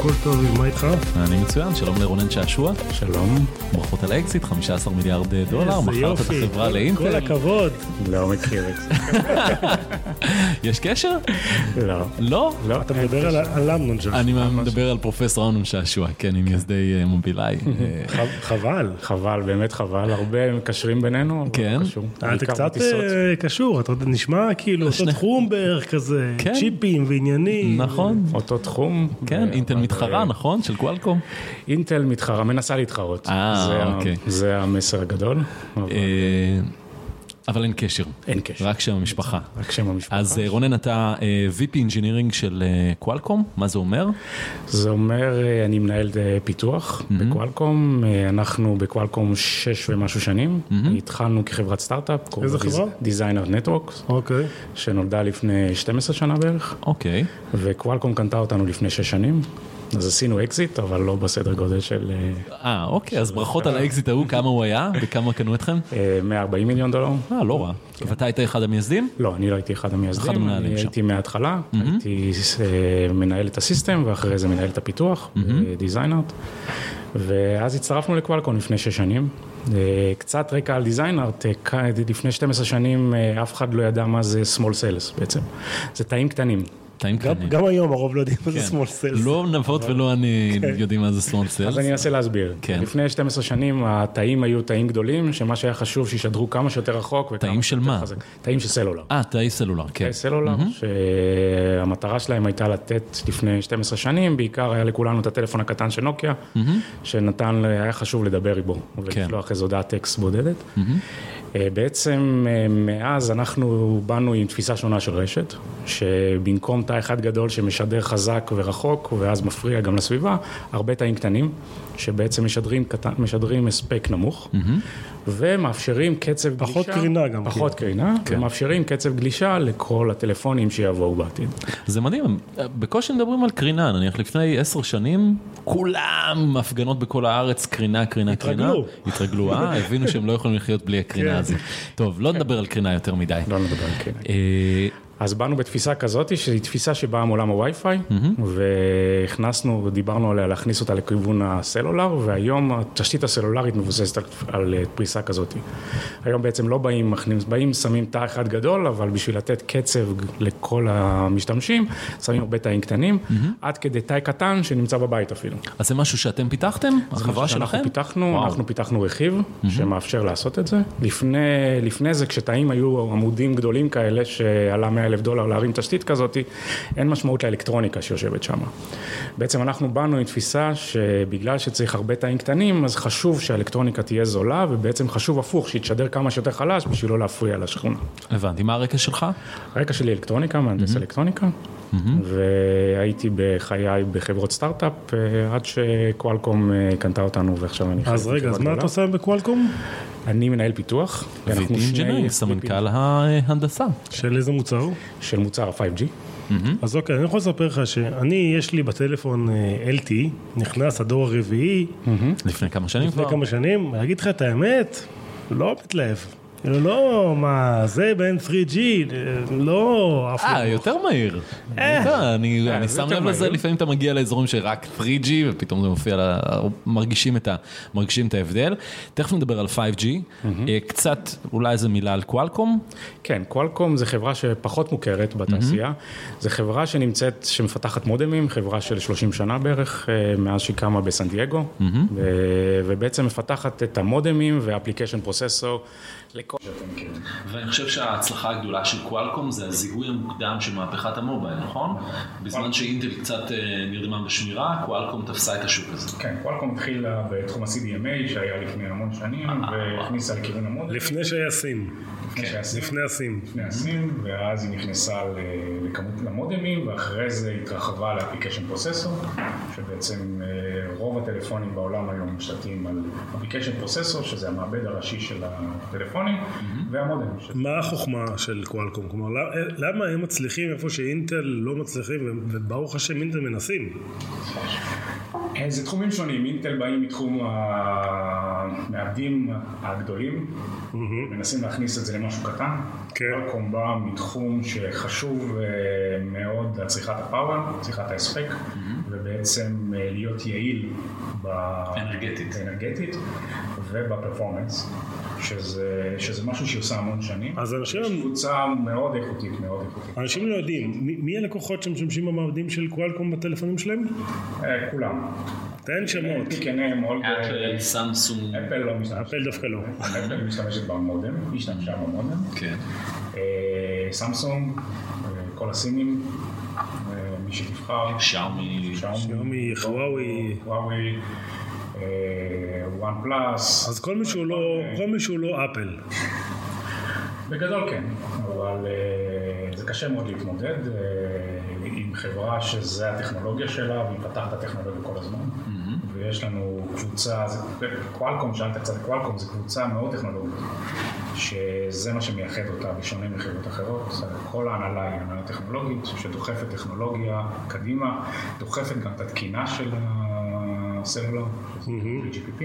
הכל טוב, מה איתך? אני מצוין, שלום לרונן שעשוע. שלום. ברכות על האקזיט, $15 מיליארד, מכרת את החברה לאינטל. כל הכבוד. לא מכיר את זה. יש קשר? לא. לא? לא. אתה מדבר על אמנון שעשוע. אני מדבר על פרופסור אמנון שעשוע, כן, עם מייסדי מובילאיי. חבל. חבל, באמת חבל, הרבה מקשרים בינינו. כן. אתה קצת קשור, אתה נשמע כאילו אותו תחום בערך כזה, צ'יפים ועניינים. נכון. אותו תחום. כן, אינטל מתחרה, נכון? של קואלקום. אינטל מתחרה, מנסה להתחרות. אוקיי. זה המסר הגדול. אבל אין קשר. אין קשר. רק שם המשפחה. רק שם המשפחה. אז רונן, אתה VP Engineering של קואלקום, מה זה אומר? זה אומר, אני מנהל פיתוח בקואלקום, אנחנו בקואלקום 6 ומשהו שנים, התחלנו כחברת סטארט-אפ. איזה חברה? Designer Networks. אוקיי. שנולדה לפני 12 שנה בערך. אוקיי. וקואלקום קנתה אותנו לפני 6 שנים. אז עשינו אקזיט, אבל לא בסדר גודל של... אוקיי, אז ברכות על האקזיט ההוא, כמה הוא היה וכמה קנו אתכם? $140 מיליון. לא רע. ואתה היית אחד המייסדים? לא, אני לא הייתי אחד המייסדים. אחד המנהלים שם. הייתי מההתחלה, הייתי מנהל את הסיסטם, ואחרי זה מנהל את הפיתוח, דיזיינרט. ואז הצטרפנו לקואלקום לפני 6 שנים. קצת רקע על דיזיינרט, לפני 12 שנים אף אחד לא ידע מה זה small sales בעצם. זה תאים קטנים. גם היום הרוב לא יודעים מה זה small sales. לא נבות ולא אני יודעים מה זה small sales. אז אני אנסה להסביר. לפני 12 שנים התאים היו תאים גדולים, שמה שהיה חשוב שישדרו כמה שיותר רחוק. תאים של מה? תאים של סלולר. תאי סלולר, כן. תאי סלולר, שהמטרה שלהם הייתה לתת לפני 12 שנים, בעיקר היה לכולנו את הטלפון הקטן של נוקיה, שנתן, היה חשוב לדבר איבו, ולשלוח איזו הודעת טקסט בודדת. בעצם מאז אנחנו באנו עם תפיסה שונה של רשת, שבמקום תא אחד גדול שמשדר חזק ורחוק, ואז מפריע גם לסביבה, הרבה תאים קטנים, שבעצם משדרים הספק נמוך, ומאפשרים קצב גלישה. פחות קרינה גם. פחות קרינה, ומאפשרים קצב גלישה לכל הטלפונים שיבואו בעתיד. זה מדהים, בקושי מדברים על קרינה, נניח לפני 10 שנים, כולם הפגנות בכל הארץ, קרינה. התרגלו, הבינו שהם לא יכולים לחיות בלי הקרינה הזאת. טוב, לא נדבר על קרינה יותר מדי. לא נדבר על קרינה. אז באנו בתפיסה כזאת, שהיא תפיסה שבאה מעולם הווי-פיי, והכנסנו, דיברנו עליה להכניס אותה לכיוון הסלולר, והיום התשתית הסלולרית מבוססת על פריסה כזאת. היום בעצם לא באים, שמים תא אחד גדול, אבל בשביל לתת קצב לכל המשתמשים, שמים הרבה תאים קטנים, עד כדי תא קטן שנמצא בבית אפילו. אז זה משהו שאתם פיתחתם? החברה שלכם? אנחנו פיתחנו רכיב שמאפשר לעשות את זה. לפני זה, כשתאים היו עמודים גדולים כאלה, שעלה $100,000 להרים תשתית כזאת, אין משמעות לאלקטרוניקה שיושבת שם. בעצם אנחנו באנו עם תפיסה שבגלל שצריך הרבה תאים קטנים, אז חשוב שהאלקטרוניקה תהיה זולה, ובעצם חשוב הפוך, שיתשדר כמה שיותר חלש, בשביל לא להפריע לשכונה. הבנתי, מה הרקע שלך? הרקע שלי אלקטרוניקה, מהנדס אלקטרוניקה, והייתי בחיי בחברות סטארט-אפ, עד שקואלקום קנתה אותנו, ועכשיו אני... אז רגע, אז מה אתה עושה בקואלקום? אני מנהל פיתוח. VP Engineering, סמנכ"ל ההנדסה. של איזה מוצר? של מוצר ה-5G. אז אוקיי, אני יכול לספר לך יש לי בטלפון LT, נכנס הדור הרביעי. לפני כמה שנים כבר? לפני כמה שנים, להגיד לך את האמת, לא מתלהב. לא, מה, זה בין 3G, לא... יותר מהיר. אני שם לב לזה, לפעמים אתה מגיע לאזורים שרק 3G, ופתאום זה מופיע, מרגישים את ההבדל. תכף נדבר על 5G, קצת אולי איזה מילה על קואלקום. כן, קואלקום זה חברה שפחות מוכרת בתעשייה, זה חברה שמפתחת מודמים, חברה של 30 שנה בערך, מאז שהיא קמה בסן דייגו, ובעצם מפתחת את המודמים והאפליקיישן פרוססור, ואני חושב שההצלחה הגדולה של קואלקום זה הזיהוי המוקדם של מהפכת המובייל, נכון? בזמן שאינטל קצת נרדמה בשמירה, קואלקום תפסה את השוק הזה. כן, קואלקום התחילה בתחום ה-CDMA שהיה לפני המון שנים, והכניסה לכיוון המודמים. לפני שהיה סים. לפני הסים, ואז היא נכנסה לכמות המודמים, ואחרי זה התרחבה לאפליקיישן פרוססור, שבעצם רוב הטלפונים בעולם היום משתתים על אפליקיישן פרוססור, שזה המעבד הראשי של הטלפונים, והמודם. מה החוכמה של קואלקום? כלומר, למה הם מצליחים איפה שאינטל לא מצליחים, וברוך השם אינטל מנסים? זה תחומים שונים, אינטל באים מתחום המעבדים הגדולים, מנסים להכניס את זה למשהו קטן. קואלקום בא מתחום שחשוב מאוד צריכת הפאוור, צריכת ההספק, ובעצם להיות יעיל אנרגטית ובפרפורמנס, שזה משהו שעושה המון שנים. אז אנשים... יש קבוצה מאוד איכותית. אנשים לא יודעים, מי הלקוחות שמשתמשים במעבדים של קואלקום בטלפונים שלהם? כולם. תן שמות. אפל, סמסונג. אפל לא משתמשת. אפל דווקא לא. אפל משתמשת במודם, היא השתמשה במודם. כן. סמסונג, כל הסינים, מי שתבחר. שאומי, חוואוי, וואן פלאס. אז כל מי שהוא לא אפל. בגדול כן, אבל זה קשה מאוד להתמודד עם חברה שזה הטכנולוגיה שלה, והיא פתחת הטכנולוגיה כל הזמן. ויש לנו קבוצה, קואלקום, שאלת קצת קואלקום, זו קבוצה מאוד טכנולוגית, שזה מה שמייחד אותה בשונה מחברות אחרות. כל ההנהלה היא הנהלה טכנולוגית, שדוחפת טכנולוגיה קדימה, דוחפת גם את התקינה של הסלולר, GPP,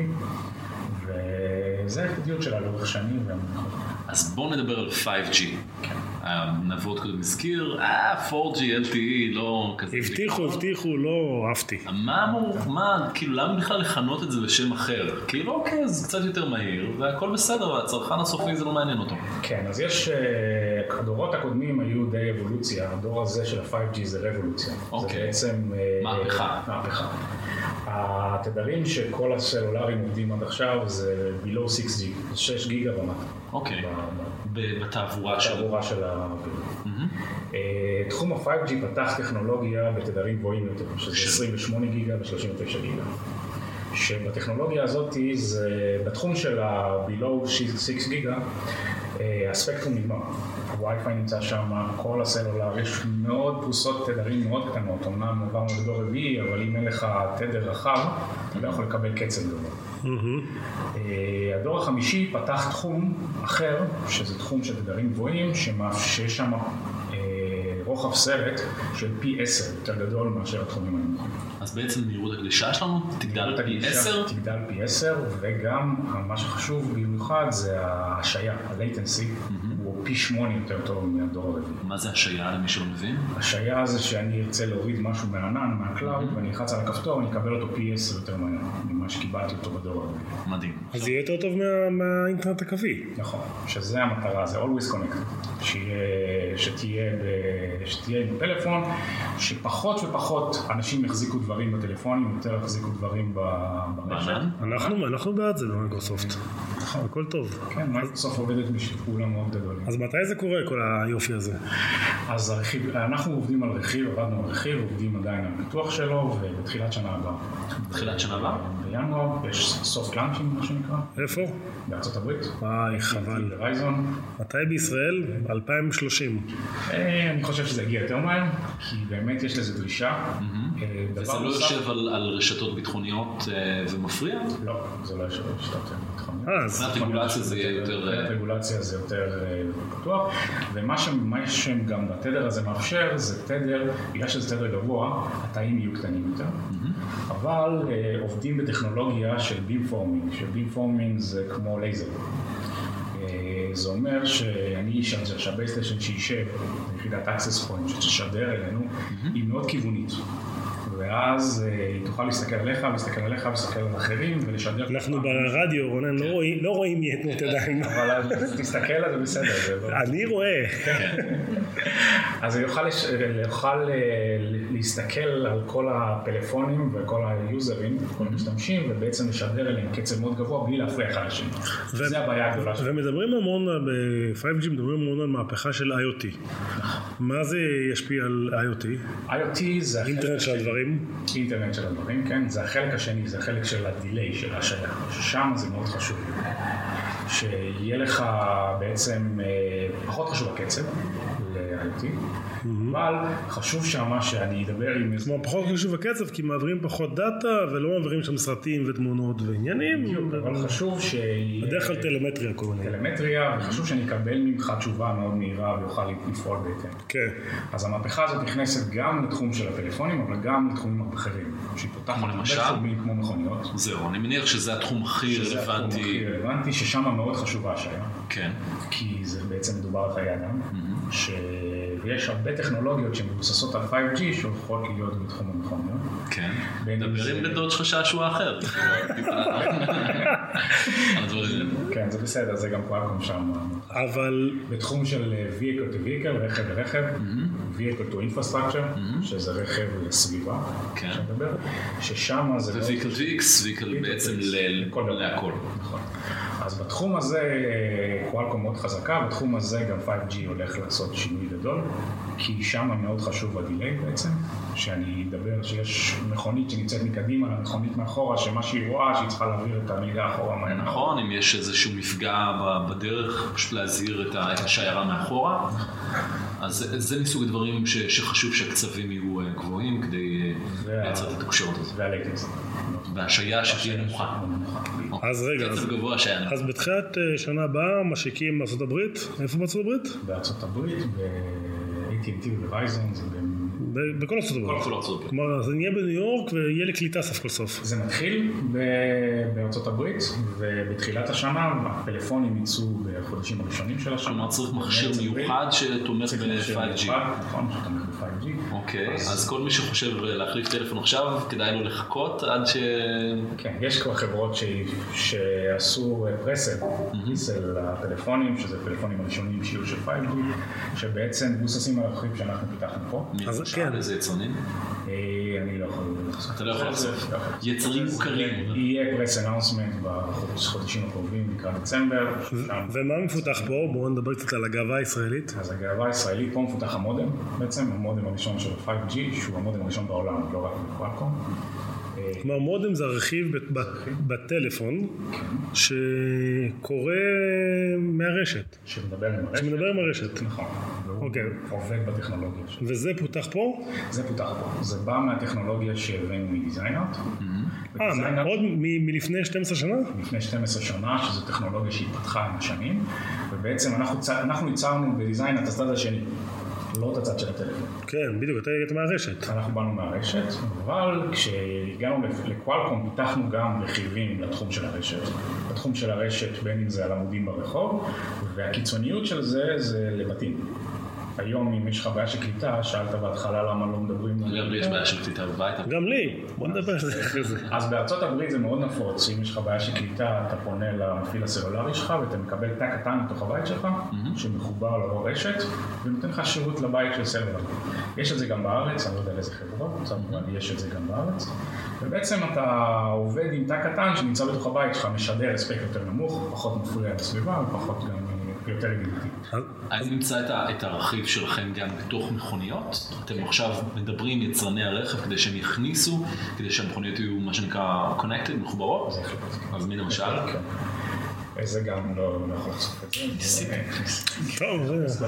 וזה האיכותיות שלה לאורך שנים. אז בואו נדבר על 5G. נבות קודם הזכיר, 4G, LTE, לא כזה. הבטיחו, לא אהבתי. כאילו, למה בכלל לכנות את זה בשם אחר? כאילו, אוקיי, זה קצת יותר מהיר, והכל בסדר, והצרכן הסופי זה לא מעניין אותו. כן, אז יש, הדורות הקודמים היו די אבולוציה, הדור הזה של ה-5G זה רבולוציה. אוקיי. זה בעצם... מהפכה. התדרים שכל הסלולרים עובדים עד עכשיו זה below 6G, 6 גיגה ומטה. אוקיי, בתעבורה של האוויר. תחום ה-5G פתח טכנולוגיה בתדרים גבוהים יותר, שזה 28 גיגה ו-39 גיגה. שבטכנולוגיה הזאת, בתחום של ה-below 6 גיגה, הספקטרום נגמר. הווי-פיי נמצא שם, כל הסלולר, יש מאוד פרוסות תדרים מאוד קטנות, אמנם עברנו לדור רביעי, אבל אם אין לך תדר רחב, אתה לא יכול לקבל קצב גבוה. הדור החמישי פתח תחום אחר, שזה תחום של תדרים גבוהים, שיש שם רוחב סרט של פי 10 יותר גדול מאשר התחומים הנמוכים. אז בעצם מהירות הגלישה שלנו תגדל פי 10? תגדל פי 10, וגם מה שחשוב במיוחד זה ההשעיה, ה-latency, הוא פי 8 יותר טוב מהדור הרביעי. מה זה השעיה למי שלא מבין? השעיה זה שאני ארצה להוריד משהו מהענן, מהקלאוד, ואני אלחץ על הכפתור, אני אקבל אותו פי 10 יותר מהר, ממה שקיבלתי אותו בדור הרביעי. מדהים. אז יהיה יותר טוב מהאינטרנט הקווי. נכון, שזה המטרה, זה always connected, שתהיה עם הטלפון, שפחות ופחות אנשים יחזיקו דברים בטלפונים, יותר יחזיקו דברים ברשת. אנחנו בעד זה במייקרוסופט. הכל טוב. כן, מייקרוסופט עובדת בשיתוף פעולה מאוד גדול. אז מתי זה קורה, כל היופי הזה? אז אנחנו עובדים על רכיב, עבדנו על רכיב, עובדים עדיין על פיתוח שלו, ובתחילת שנה הבאה. בתחילת שנה הבאה? בינואר, יש סופט לאנצ'ינג, מה שנקרא. איפה? בארצות הברית. חבל. ברייזון. מתי בישראל? 2030. אני חושב שזה הגיע יותר מהר, כי באמת יש לזה דרישה. וזה לא יושב על רשתות ביטחוניות ומפריע? לא, זה לא יושב על רשתות ביטחוניות. רגולציה זה יהיה יותר... רגולציה זה יותר פתוח, ומה שהם גם בתדר הזה מאפשר, זה תדר, בגלל שזה תדר גבוה, התאים יהיו קטנים יותר, אבל עובדים בטכנולוגיה של בימפורמינג, שבימפורמינג זה כמו לייזר. זה אומר שאני שהבייסטיישן שישב, יחידת access point שתשדר אלינו, היא מאוד כיוונית. ואז היא תוכל להסתכל עליך, להסתכל עליך, להסתכל על אחרים ולשדר. אנחנו ברדיו, רונן, לא רואים מי תנות ידיים. אבל תסתכל על זה בסדר. אני רואה. אז היא יוכל להסתכל על כל הפלאפונים וכל היוזרים, כל המשתמשים, ובעצם לשדר אליהם קצב מאוד גבוה בלי להפריע אחד לשני. זה הבעיה הגדולה שלנו. ומדברים המון, ב-5G מדברים המון על מהפכה של IoT. מה זה ישפיע על IoT? IoT זה אינטרנט של הדברים. אינטרנט של הדברים, כן, זה החלק השני, זה החלק של הדיליי, של השעיה, ששם זה מאוד חשוב. שיהיה לך בעצם, פחות חשוב הקצב ל-IoT, אבל חשוב שמה שאני אדבר עם... כמו פחות חשוב הקצב, כי מעבירים פחות דאטה, ולא מעבירים שם סרטים ותמונות ועניינים. אבל חשוב שיהיה... בדרך כלל טלמטריה כל מיני. טלמטריה, וחשוב שאני אקבל ממך תשובה מאוד מהירה ויוכל לפעול בהתאם. כן. אז המהפכה הזאת נכנסת גם לתחום של הטלפונים, אבל גם לתחומים אחרים. שהיא פותחת הרבה תחומים כמו מכוניות. זהו, אני מניח שזה התחום הכי רלוונטי. שזה התחום הכי רלוונטי, ששם מאוד חשובה השעיה. כן. כי זה בעצם מדובר על חיי אדם, ויש הרבה טכנולוגיות שמבוססות על 5G שהולכות להיות בתחום המכוניות. כן, מדברים בדוד שלך שעשוע אחר. כן, זה בסדר, זה גם קוואלקום שם. אבל... בתחום של vehicle to vehicle, רכב לרכב, vehicle to infrastructure, שזה רכב לסביבה, שנדבר, ששם זה... vehicle to X, vehicle בעצם להכל. נכון. אז בתחום הזה קוואלקום מאוד חזקה, בתחום הזה גם 5G הולך לעשות שינוי גדול, כי שם מאוד חשוב הדיליי בעצם, שאני אדבר שיש מכונית שנמצאת מקדימה, מכונית מאחורה, שמה שהיא רואה, שהיא צריכה להעביר את המידע אחורה. נכון, אם יש איזשהו מפגע בדרך, פשוט להזהיר את השיירה מאחורה, אז זה מסוג הדברים שחשוב שהקצבים יהיו גבוהים כדי לייצר את התקשורת הזאת. והלייטנסי. והשעיה שתהיה נמוכה. אז רגע, אז בתחילת שנה הבאה משיקים בארצות הברית, איפה בארצות הברית? בארצות הברית, ב-AT&T וב-Verizon, זה בכל ארצות הברית. בכל ארצות הברית. כלומר, זה נהיה בניו יורק ויהיה לקליטה סוף כל סוף. זה מתחיל בארצות הברית, ובתחילת השנה הפלאפונים יצאו בחודשים הראשונים של השנה. כלומר, צריך מכשיר מיוחד שתומך ב-5G. נכון, שתומך ב-5G. אוקיי, אז כל מי שחושב להחליף טלפון עכשיו, כדאי לו לחכות עד ש... כן, יש כבר חברות שעשו פרסל לטלפונים, שזה טלפונים הראשונים שיהיו של 5G, שבעצם מבוססים על הרכיב שאנחנו פיתחנו פה. איזה יצרנים? אני לא יכול לחשוף. אתה לא יכול לחשוף. יצרים מוכרים. יהיה פרס אנאונסמנט בחודשים הקרובים, לקראת דצמבר. ומה מפותח פה? בואו נדבר קצת על הגאווה הישראלית. אז הגאווה הישראלית, פה מפותח המודם, בעצם המודם הראשון של 5G, שהוא המודם הראשון בעולם, לא רק בקוואלקום. כלומר, מודם זה הרכיב בטלפון שקורא מהרשת. שמדבר עם הרשת. נכון. אוקיי. עובד בטכנולוגיה. וזה פותח פה? זה פותח פה. זה בא מהטכנולוגיה שהבאנו מדיזיינאוט. עוד מלפני 12 שנה? לפני 12 שנה, שזו טכנולוגיה שהתפתחה עם השנים, ובעצם אנחנו ייצרנו בדיזיין את הצד השני. לא את הצד של הטלפון. כן, בדיוק, אתה הגעת מהרשת. אנחנו באנו מהרשת, אבל כשהגענו לקוואלקום פיתחנו גם רכיבים לתחום של הרשת. בתחום של הרשת, בין אם זה על עמודים ברחוב, והקיצוניות של זה לבתים. היום אם יש לך בעיה של קליטה, שאלת בהתחלה למה לא מדברים... גם לי יש בעיה של קליטה בבית. גם לי, בוא נדבר על זה אחרי זה. אז בארצות הברית זה מאוד נפוץ, אם יש לך בעיה של קליטה, אתה פונה למפעיל הסלולרי שלך, ואתה מקבל תא קטן בתוך הבית שלך, שמחובר לרשת, ונותן לך שירות לבית של סלולר. יש את זה גם בארץ, אני לא יודע על איזה חברות, אבל יש את זה גם בארץ. ובעצם אתה עובד עם תא קטן שנמצא בתוך הבית שלך, משדר הספק יותר נמוך, פחות מפריע לסביבה, ופחות גם... יותר ידידותי. אז נמצא את הרכיב שלכם גם בתוך מכוניות? אתם עכשיו מדברים יצרני הרכב כדי שהם יכניסו, כדי שהמכוניות יהיו מה שנקרא connected, מחוברות? אז מי למשל? זה גם לא יכול לחשוף את זה. טוב,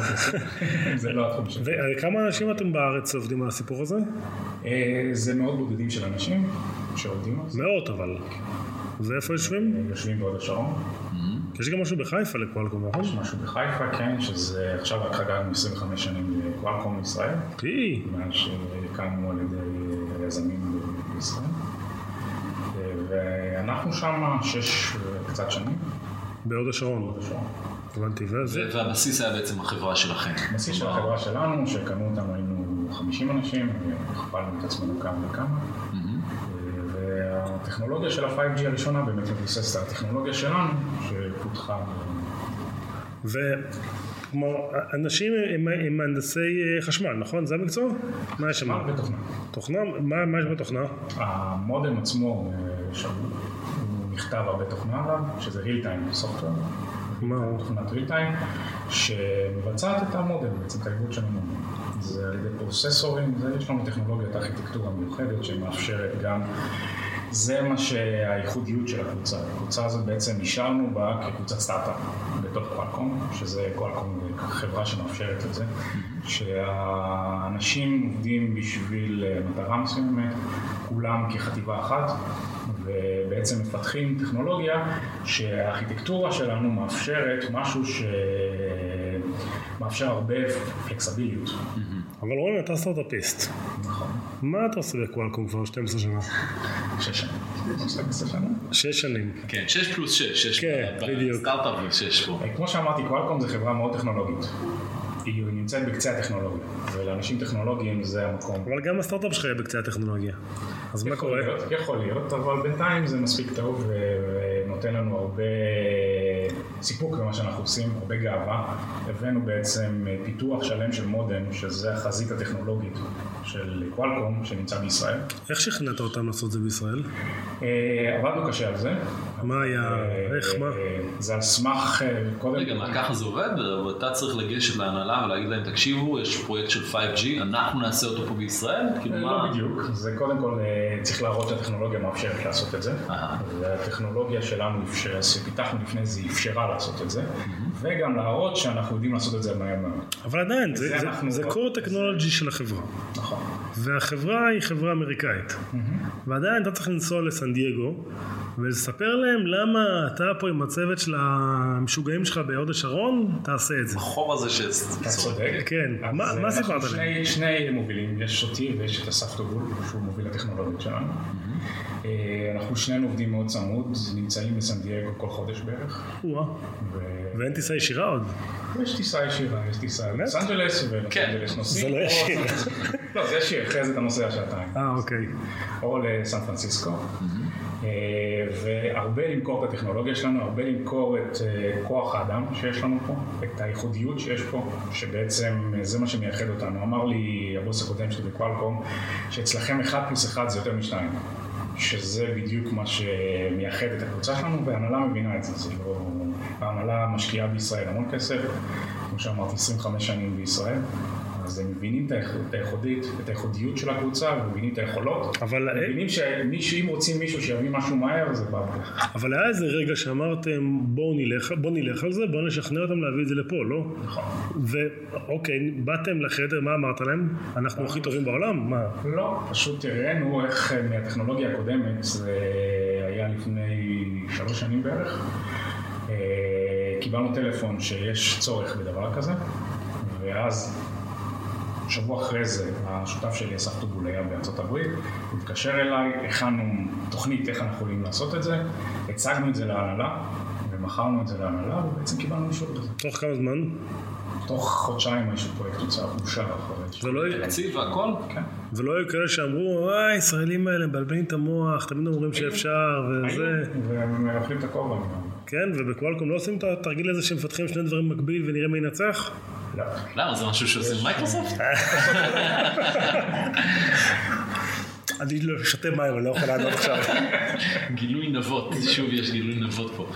זה לא התחום שלי. וכמה אנשים אתם בארץ עובדים על הסיפור הזה? זה מאוד בודדים של אנשים שעובדים על זה. מאות אבל. ואיפה יושבים? יושבים בהוד השרון. יש גם משהו בחיפה לקוואלקום, נכון? יש משהו בחיפה, כן, שזה עכשיו רק חגגנו 25 שנים לקוואלקום בישראל. מאז שהקמנו על ידי יזמים בישראל. ואנחנו שם 6 קצת שנים. בהוד השרון. הבנתי, והבסיס היה בעצם החברה שלכם. הבסיס של החברה שלנו, שהקמנו אותנו היינו 50 אנשים, והכפלנו את עצמנו כמה וכמה. והטכנולוגיה של ה-5G הראשונה באמת מבוססת על הטכנולוגיה שלנו שפותחה. וכמו, אנשים הם מהנדסי חשמל, נכון? זה המקצוע? מה יש שם? חשמל ותוכנה. תוכנה? מה יש בתוכנה? המודם עצמו, הוא נכתב הרבה תוכנה עליו, שזה real-time software. תוכנת real-time, שמבצעת את המודם, בעצם את העיבוד של המודם. זה על ידי פרוססורים, יש לנו טכנולוגיית ארכיטקטורה מיוחדת שמאפשרת גם, זה מה שהייחודיות של הקבוצה. הקבוצה הזאת בעצם נשארנו בה כקבוצת סטארט-אפ בתוך קוואלקום, שזה קוואלקום חברה שמאפשרת את זה, שהאנשים עובדים בשביל מטרה מסוימת, כולם כחטיבה אחת, ובעצם מפתחים טכנולוגיה שהארכיטקטורה שלנו מאפשרת משהו שמאפשר הרבה פלקסביליות. אבל רוני, אתה סטארט-אפיסט. נכון. מה אתה עושה בקוואלקום כבר 12 שנה? 6 שנים. 12 שנה? 6 שנים. כן, 6 פלוס 6. כן, בדיוק. בסטארט-אפ ו6 פה. כמו שאמרתי, קוואלקום זה חברה מאוד טכנולוגית. היא נמצאת בקצה הטכנולוגיה, ולאנשים טכנולוגיים זה המקום. אבל גם הסטארט-אפ שלך יהיה בקצה הטכנולוגיה. אז מה קורה? יכול להיות, אבל בינתיים זה מספיק טוב ונותן לנו הרבה סיפוק במה שאנחנו עושים, הרבה גאווה. הבאנו בעצם פיתוח שלם של מודם, שזה החזית הטכנולוגית של קוואלקום, שנמצא בישראל. איך שכנעת אותם לעשות זה בישראל? עבדנו קשה על זה. מה היה? איך, מה? זה על סמך קודם... רגע, מה ככה זה עובד? ואתה צריך לגשת להנהלה ולהגיד להם, תקשיבו, יש פרויקט של 5G, אנחנו נעשה אותו פה בישראל? לא בדיוק, זה קודם כל צריך להראות שהטכנולוגיה מאפשרת לעשות את זה. והטכנולוגיה שלנו, שפיתחנו לפני זה, אפשרה לעשות את זה. וגם להראות שאנחנו יודעים לעשות את זה מהר מאוד. אבל עדיין, זה core technology של החברה. נכון. והחברה היא חברה אמריקאית. ועדיין אתה צריך לנסוע לסן דייגו, ולספר להם למה אתה פה עם הצוות של המשוגעים שלך בהוד השרון, תעשה את זה. החור הזה אתה צודק. כן, מה סיפרת להם? שני מובילים, יש אותי ויש את אסף טובול, שהוא מוביל הטכנולוגית שלנו. אנחנו שנינו עובדים מאוד צמוד, נמצאים בסן דייגו כל חודש בערך. ואין טיסה ישירה עוד? יש טיסה ישירה, יש טיסה ללוס אנג'לס, ולוס אנג'לס נוסעים. זה לא ישיר. לא, זה ישיר, אחרי זה אתה נוסע שעתיים. אוקיי. או לסן פרנסיסקו. והרבה למכור את הטכנולוגיה שלנו, הרבה למכור את כוח האדם שיש לנו פה, את הייחודיות שיש פה, שבעצם זה מה שמייחד אותנו. אמר לי הבוס הקודם שלי בקוואלקום, שאצלכם 1+1 זה יותר מ2, שזה בדיוק מה שמייחד את הקבוצה שלנו, וההנהלה מבינה את זה. זה לא... ההנהלה משקיעה בישראל המון כסף, כמו שאמרתי, 25 שנים בישראל. אז הם מבינים את הייחודיות של הקבוצה, ומבינים את היכולות. מבינים שאם רוצים מישהו שיביא משהו מהר, זה בא. אבל היה איזה רגע שאמרתם, בואו נלך על זה, בואו נשכנע אותם להביא את זה לפה, לא? נכון. ואוקיי, באתם לחדר, מה אמרת להם? אנחנו הכי טובים בעולם? מה? לא, פשוט הראינו איך מהטכנולוגיה הקודמת, זה היה לפני 3 שנים בערך, קיבלנו טלפון שיש צורך בדבר כזה, ואז שבוע אחרי זה, השותף שלי, אסף טובול, היה בארצות הברית, הוא התקשר אליי, הכנו תוכנית איך אנחנו יכולים לעשות את זה, הצגנו את זה להנהלה, ומכרנו את זה להנהלה, ובעצם קיבלנו אישור לזה. תוך כמה זמן? תוך חודשיים האישור פרויקט אושר אחרי. תקציב והכל? כן. ולא היו כאלה שאמרו, הישראלים האלה מבלבלים את המוח, תמיד אומרים שאפשר, וזה... והם מרפלים את הכובע. כן, ובקוואלקום לא עושים את התרגיל הזה שמפתחים שני דברים מקביל ונראה מי ינצח? לא. למה? זה משהו שעושים מייקרוסופט? אני לא שותה מים, אני לא יכול לענות עכשיו. גילוי נבות, שוב יש גילוי נבות פה.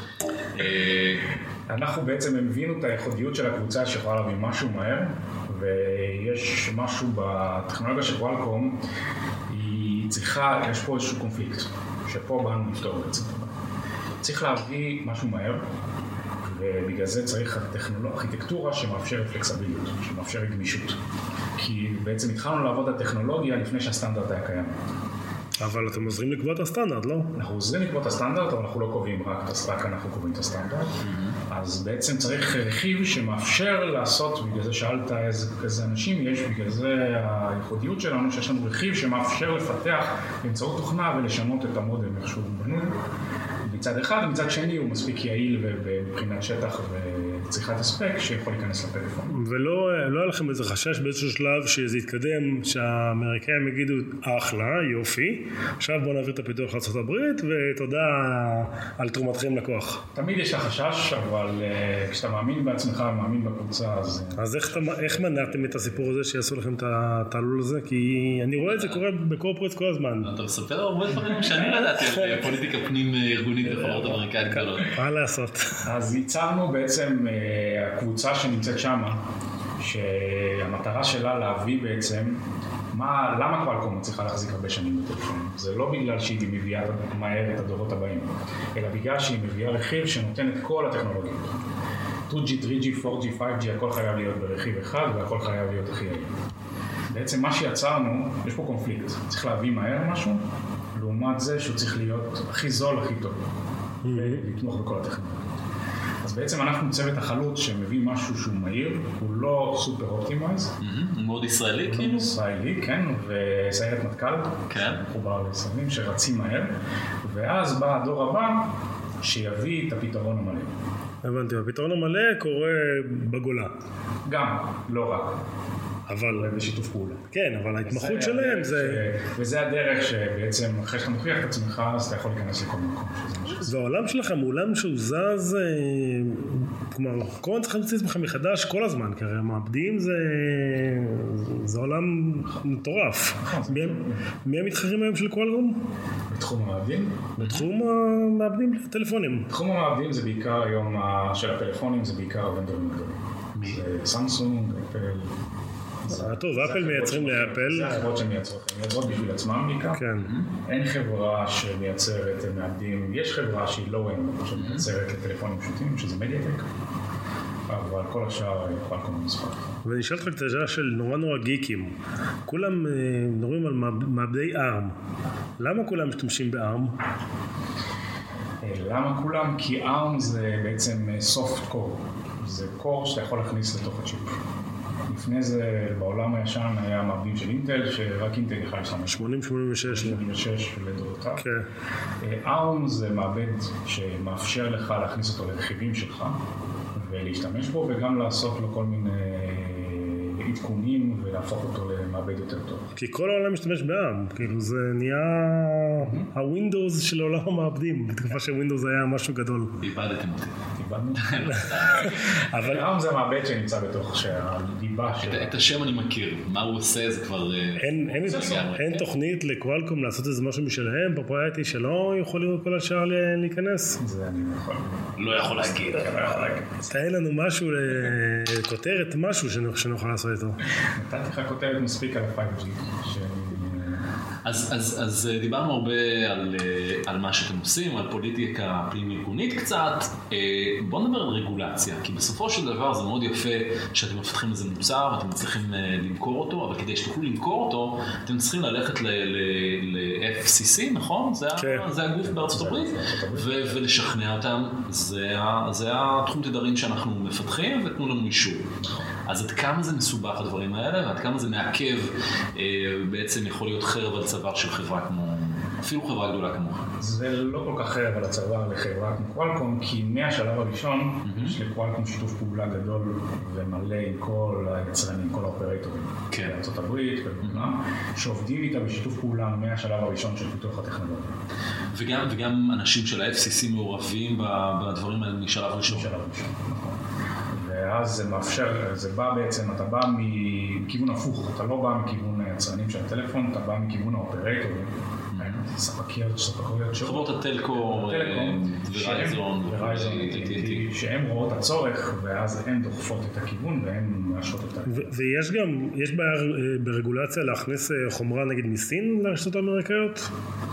אנחנו בעצם הבינו את הייחודיות של הקבוצה שיכולה להביא משהו מהר, ויש משהו בטכנולוגיה של קוואלקום, היא צריכה, יש פה איזשהו קונפליקט, שפה באנו לפתור את זה. צריך להביא משהו מהר, ובגלל זה צריך ארכיטקטורה שמאפשרת פלקסביליות, שמאפשרת גמישות. כי בעצם התחלנו לעבוד על טכנולוגיה לפני שהסטנדרט היה קיים. אבל אתם עוזרים לקבוע את הסטנדרט, לא? אנחנו עוזרים לקבוע את הסטנדרט, אבל אנחנו לא קובעים רק אנחנו קובעים את הסטנדרט. אז בעצם צריך רכיב שמאפשר לעשות, בגלל זה שאלת איזה אנשים יש, בגלל זה הייחודיות שלנו, שיש לנו רכיב שמאפשר לפתח באמצעות תוכנה ולשנות את המודם איכשהו בנוי. מצד אחד, ומצד שני הוא מספיק יעיל ובבחינת שטח וצריכת הספק שיכול להיכנס לפלאפון. ולא היה לכם איזה חשש באיזשהו שלב שזה יתקדם, שהאמריקאים יגידו אחלה, יופי, עכשיו בואו נעביר את הפיתוח לארצות הברית ותודה על תרומתכם לכוח. תמיד יש החשש, אבל כשאתה מאמין בעצמך ומאמין בקבוצה אז איך מנעתם את הסיפור הזה שיעשו לכם את התעלול הזה? כי אני רואה את זה קורה בקורפרט כל הזמן. אתה מספר הרבה דברים שאני לא ידעתי על פוליטיקה פנים ארגונית בחברות אמריקאית גדולות. מה לעשות? אז ייצרנו בעצם הקבוצה שנמצאת שמה, שהמטרה שלה להביא בעצם למה קוואלקום צריכה להחזיק הרבה שנים בטלפון. זה לא בגלל שהיא מביאה מהר את הדורות הבאים, אלא בגלל שהיא מביאה רכיב שנותן את כל הטכנולוגיות. 2G, 3G, 4G, 5G, הכל חייב להיות ברכיב אחד והכל חייב להיות הכי יעיל. בעצם מה שיצרנו, יש פה קונפליקט. צריך להביא מהר משהו, לעומת זה שהוא צריך להיות הכי זול, הכי טוב. ולתמוך בכל הטכנולוגיות. אז בעצם אנחנו צוות החלוץ שמביא משהו שהוא מהיר, הוא לא סופר אופטימייז. מאוד ישראלי, כאילו? מאוד ישראלי, כן, וסיירת מטכ"ל. כן. מחובר לישראלים שרצים מהר. ואז בא הדור הבא, שיביא את הפתרון המלא. הבנתי, הפתרון המלא קורה בגולה. גם, לא רק. אבל בשיתוף פעולה. כן, אבל ההתמחות שלהם זה... וזה הדרך שבעצם אחרי שאתה מוכיח את עצמך, אז אתה יכול להיכנס לכל מקום. והעולם שלכם הוא עולם שהוא זז, כלומר, כל הזמן צריך להמציא את עצמך מחדש כל הזמן, כי הרי המעבדים זה עולם מטורף. מי המתחרים היום של קוואלקום? בתחום המעבדים? בתחום המעבדים לטלפונים. בתחום המעבדים זה בעיקר היום של הטלפונים, זה בעיקר הוונדורים הגדולים. זה סמסונג, אפל. טוב, אפל מייצרים לאפל. זה החברות שמייצרות, הן מייצרות בשביל עצמם בעיקר. כן. אין חברה שמייצרת מעבדים, יש חברה שהיא low-end, שמייצרת לטלפונים פשוטים, שזה מדיאטק, אבל כל השאר קוואלקום מספר. ואני אשאל אותך את השאלה של נורא גיקים. כולם מדברים על מעבדי ARM. למה כולם משתמשים ב-ARM? למה כולם? כי ARM זה בעצם soft core. זה core שאתה יכול להכניס לתוך הצ'יפ. לפני זה בעולם הישן היה מעבדים של אינטל, שרק אינטל יכול להשתמש. 8086 לדורותיו. ARM זה מעבד שמאפשר לך להכניס אותו לרכיבים שלך ולהשתמש בו, וגם לעשות לו כל מיני עדכונים ולהפוך אותו למעבד יותר טוב. כי כל העולם משתמש ב-ARM, כאילו זה נהיה הווינדוס של עולם המעבדים, בתקופה שווינדוס היה משהו גדול. איבדתם אותי. איבדנו? אבל ARM זה מעבד שנמצא בתוך שהליבה של... את השם אני מכיר, מה הוא עושה זה כבר... אין תוכנית לקוואלקום לעשות איזה משהו משלהם, פרופרייטי שלא יכול כל השאר להיכנס? זה אני לא יכול להגיד. תהיה לנו משהו, כותרת משהו שנוכל לעשות איתו. נתתי לך כותרת מספיק על ה-5G. אז דיברנו הרבה על מה שאתם עושים, על פוליטיקה פנים-ארגונית קצת. בואו נדבר על רגולציה, כי בסופו של דבר זה מאוד יפה שאתם מפתחים איזה מוצר ואתם מצליחים למכור אותו, אבל כדי שתוכלו למכור אותו, אתם צריכים ללכת ל-FCC, נכון? זה הגוף בארצות הברית, ולשכנע אותם. זה התחום תדרים שאנחנו מפתחים, ותנו לנו אישור. אז עד כמה זה מסובך הדברים האלה, ועד כמה זה מעכב, בעצם יכול להיות חרב על צוואר של חברה כמו, אפילו חברה גדולה כמוך. זה לא כל כך חרב על הצוואר לחברה כמו קוואלקום, כי מהשלב הראשון יש לקוואלקום שיתוף פעולה גדול ומלא עם כל היצרנים, כל האופרטורים בארצות הברית ובכולם, שעובדים איתה בשיתוף פעולה מהשלב הראשון של פיתוח הטכנולוגיה. וגם אנשים של ה-FCC מעורבים בדברים האלה משלב ראשון. משלב ראשון, נכון. ואז זה מאפשר, זה בא בעצם, אתה בא מכיוון הפוך, אתה לא בא מכיוון היצרנים של הטלפון, אתה בא מכיוון האופרטורים, ספקיות שירות. חברות הטלקו, ורייזון, שהן רואות הצורך, ואז הן דוחפות את הכיוון והן מאשרות את הכיוון. ויש גם, יש בעיה ברגולציה להכניס חומרה נגיד מסין לרשתות האמריקאיות?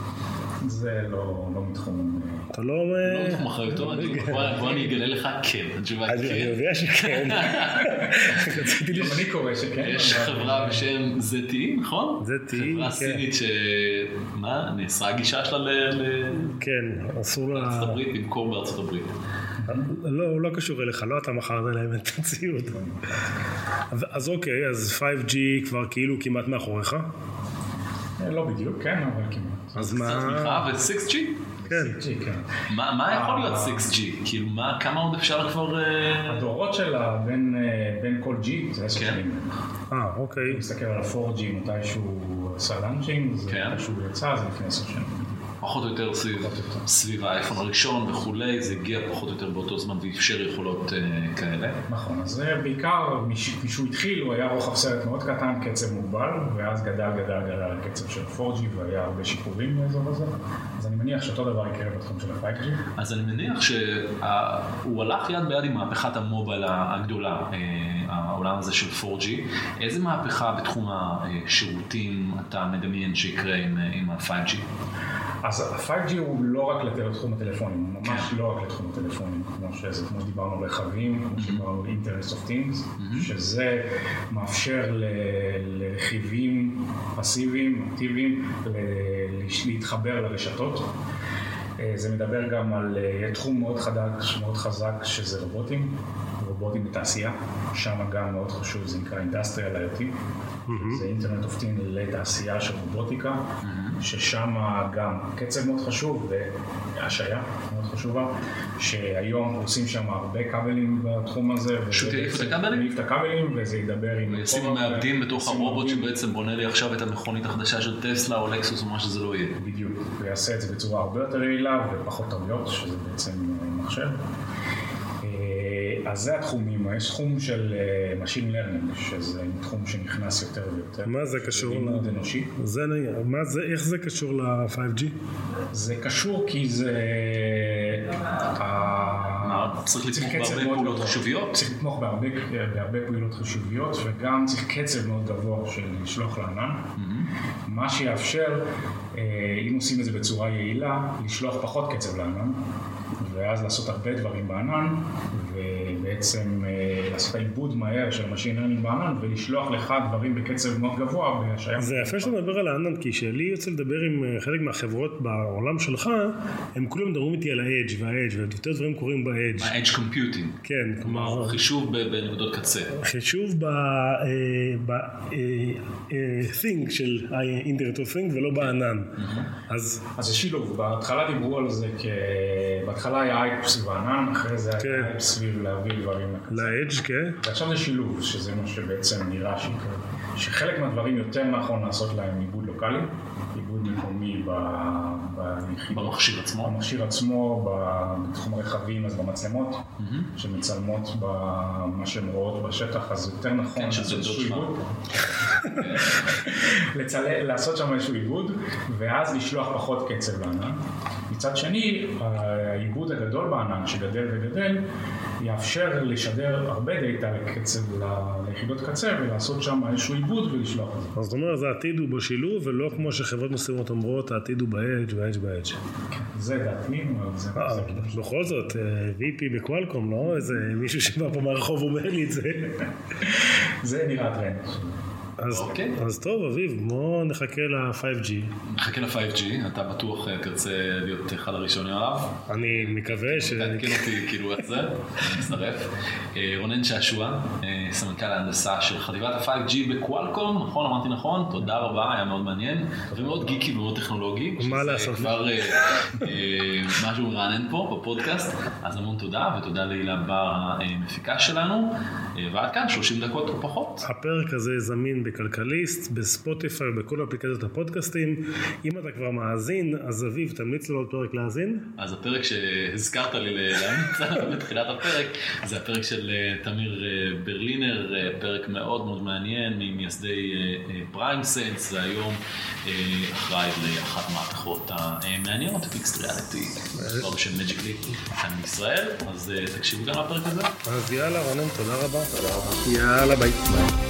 זה לא מתחום... אתה לא... לא מתחום אחריותו, בוא אני אגלה לך כן, התשובה היא כן. אני יודע שכן. אני קורא שכן. יש חברה בשם ZTE, נכון? ZTE, כן. חברה סינית מה? נאסרה הגישה שלה כן, אסור לה... לארצות הברית, למכור בארצות הברית. לא, לא קשור אליך, לא אתה מכרת להם את הציוד. אז אוקיי, אז 5G כבר כאילו כמעט מאחוריך? לא בדיוק, כן, אבל כמעט. אז מה... ו-6G? כן. מה יכול להיות 6G? כאילו, כמה עוד אפשר כבר... הדורות שלה בין כל G זה 10 שנים. אוקיי. אני מסתכל על ה-4G מתישהו עשה לאנצ'ינג, זה מתישהו יצא, זה לפני 10 שנים. פחות או יותר סביב האייפון הראשון וכולי, זה הגיע פחות או יותר באותו זמן ואפשר יכולות כאלה. נכון, אז זה בעיקר, כשהוא התחיל, הוא היה רוחב סרט מאוד קטן, קצב מוגבל, ואז גדל הקצב של 4G, והיה הרבה שיפורים באזור הזה. אז אני מניח שאותו דבר יקרה בתחום של ה-5G. אז אני מניח שהוא הלך יד ביד עם מהפכת המובייל הגדולה, העולם הזה של 4G. איזה מהפכה בתחום השירותים אתה מדמיין שיקרה עם ה-5G? אז ה-5G הוא לא רק לתחום הטלפונים, הוא ממש לא רק לתחום הטלפונים, כמו שדיברנו על רכבים, כמו שדיברנו על Internet of Things, שזה מאפשר לרכיבים פסיביים, אקטיביים, להתחבר לרשתות. זה מדבר גם על תחום מאוד חזק שזה רובוטים בתעשייה, שם גם מאוד חשוב, זה נקרא Industrial IoT, זה Internet of Things לתעשייה של רובוטיקה, ששם גם קצב מאוד חשוב והשעיה מאוד חשובה, שהיום עושים שם הרבה כבלים בתחום הזה. פשוט יעיף את הכבלים? יעיף את הכבלים וזה ידבר עם... וישימו מעבדים בתוך הרובוט שבעצם בונה לי עכשיו את המכונית החדשה של טסלה או לקסוס או מה שזה לא יהיה. בדיוק, ויעשה את זה בצורה הרבה יותר יעילה ופחות טעויות, שזה בעצם מחשב. אז זה התחומים, יש תחום של Machine Learning, שזה תחום שנכנס יותר ויותר. מה זה קשור לימוד אנושי. איך זה קשור ל-5G? זה קשור כי זה... צריך לתמוך בהרבה פעולות חישוביות? צריך לתמוך בהרבה פעולות חישוביות, וגם צריך קצב מאוד גבוה של לשלוח לענן. מה שיאפשר, אם עושים את זה בצורה יעילה, לשלוח פחות קצב לענן, ואז לעשות הרבה דברים בענן, ובעצם לעשות העיבוד מהר של Machine Learning בענן, ולשלוח לך דברים בקצב מאוד גבוה. זה יפה שאתה מדבר על הענן, כי שלי יוצא לדבר עם חלק מהחברות בעולם שלך, הם כולם מדברים איתי על ה-Edge וה-Edge, ויותר דברים קורים ב-Edge. ה-Edge Computing. כן. כלומר, חישוב בנקודות קצה. חישוב ב-Thing של ה-Internet of Thing ולא בענן. אז זה שילוב. בהתחלה דיברו על זה בהתחלה היה אייפ סביב הענן, אחרי זה היה אייפ סביב להביא דברים ל-Edge, כן. ועכשיו זה שילוב, שזה מה שבעצם נראה שחלק מהדברים יותר נכון לעשות להם עיבוד לוקלי, עיבוד מקומי במכשיר עצמו. במכשיר עצמו, בתחום הרכבים, אז במצלמות, שמצלמות במה שהן רואות בשטח, אז יותר נכון לעשות איזשהו עיבוד. לעשות שם איזשהו עיבוד, ואז לשלוח פחות קצב לענן. מצד שני, העיבוד הגדול בענן שגדל וגדל, יאפשר לשדר הרבה דאטה ליחידות קצה ולעשות שם איזשהו עיבוד ולשלוח את זה. אז זאת אומרת, העתיד הוא בשילוב ולא כמו שחברות מסוימות אומרות, העתיד הוא ב-Edge וה-Edge. זה דעתי, בכל זאת, VP בקוואלקום, לא? איזה מישהו שבא פה מהרחוב אומר לי את זה. זה נראה טרנד. אז טוב, אביב, בוא נחכה ל-5G. נחכה ל-5G, אתה בטוח תרצה להיות אחד הראשונים עליו. אני מקווה ש... תעדכן אותי כאילו איך זה, אני מצטרף. רונן שעשוע, סמנכ"ל ההנדסה של חטיבת ה-5G בקוואלקום, נכון, אמרתי נכון, תודה רבה, היה מאוד מעניין, ומאוד גיקי ומאוד טכנולוגי. מה לעשות? כבר משהו מרענן פה בפודקאסט, אז המון תודה, ותודה להילה בר המפיקה שלנו, ועד כאן 30 דקות או פחות. הפרק הזה זמין בכלכליסט, בספוטיפיי, בכל אפליקציות הפודקאסטים. אם אתה כבר מאזין, אז אביב, תמליץ לו עוד פרק להאזין. אז הפרק שהזכרת לי להמליץ בתחילת הפרק, זה הפרק של תמיר ברלינר, פרק מאוד מאוד מעניין, ממייסדי פריים סנס, והיום אחראי לאחת מהתחרות המעניינות, פיקסט ריאליטי, לא בשם מג'יק ליפ, כאן בישראל, אז תקשיבו גם לפרק הזה. אז יאללה רונן, תודה רבה. יאללה, ביי.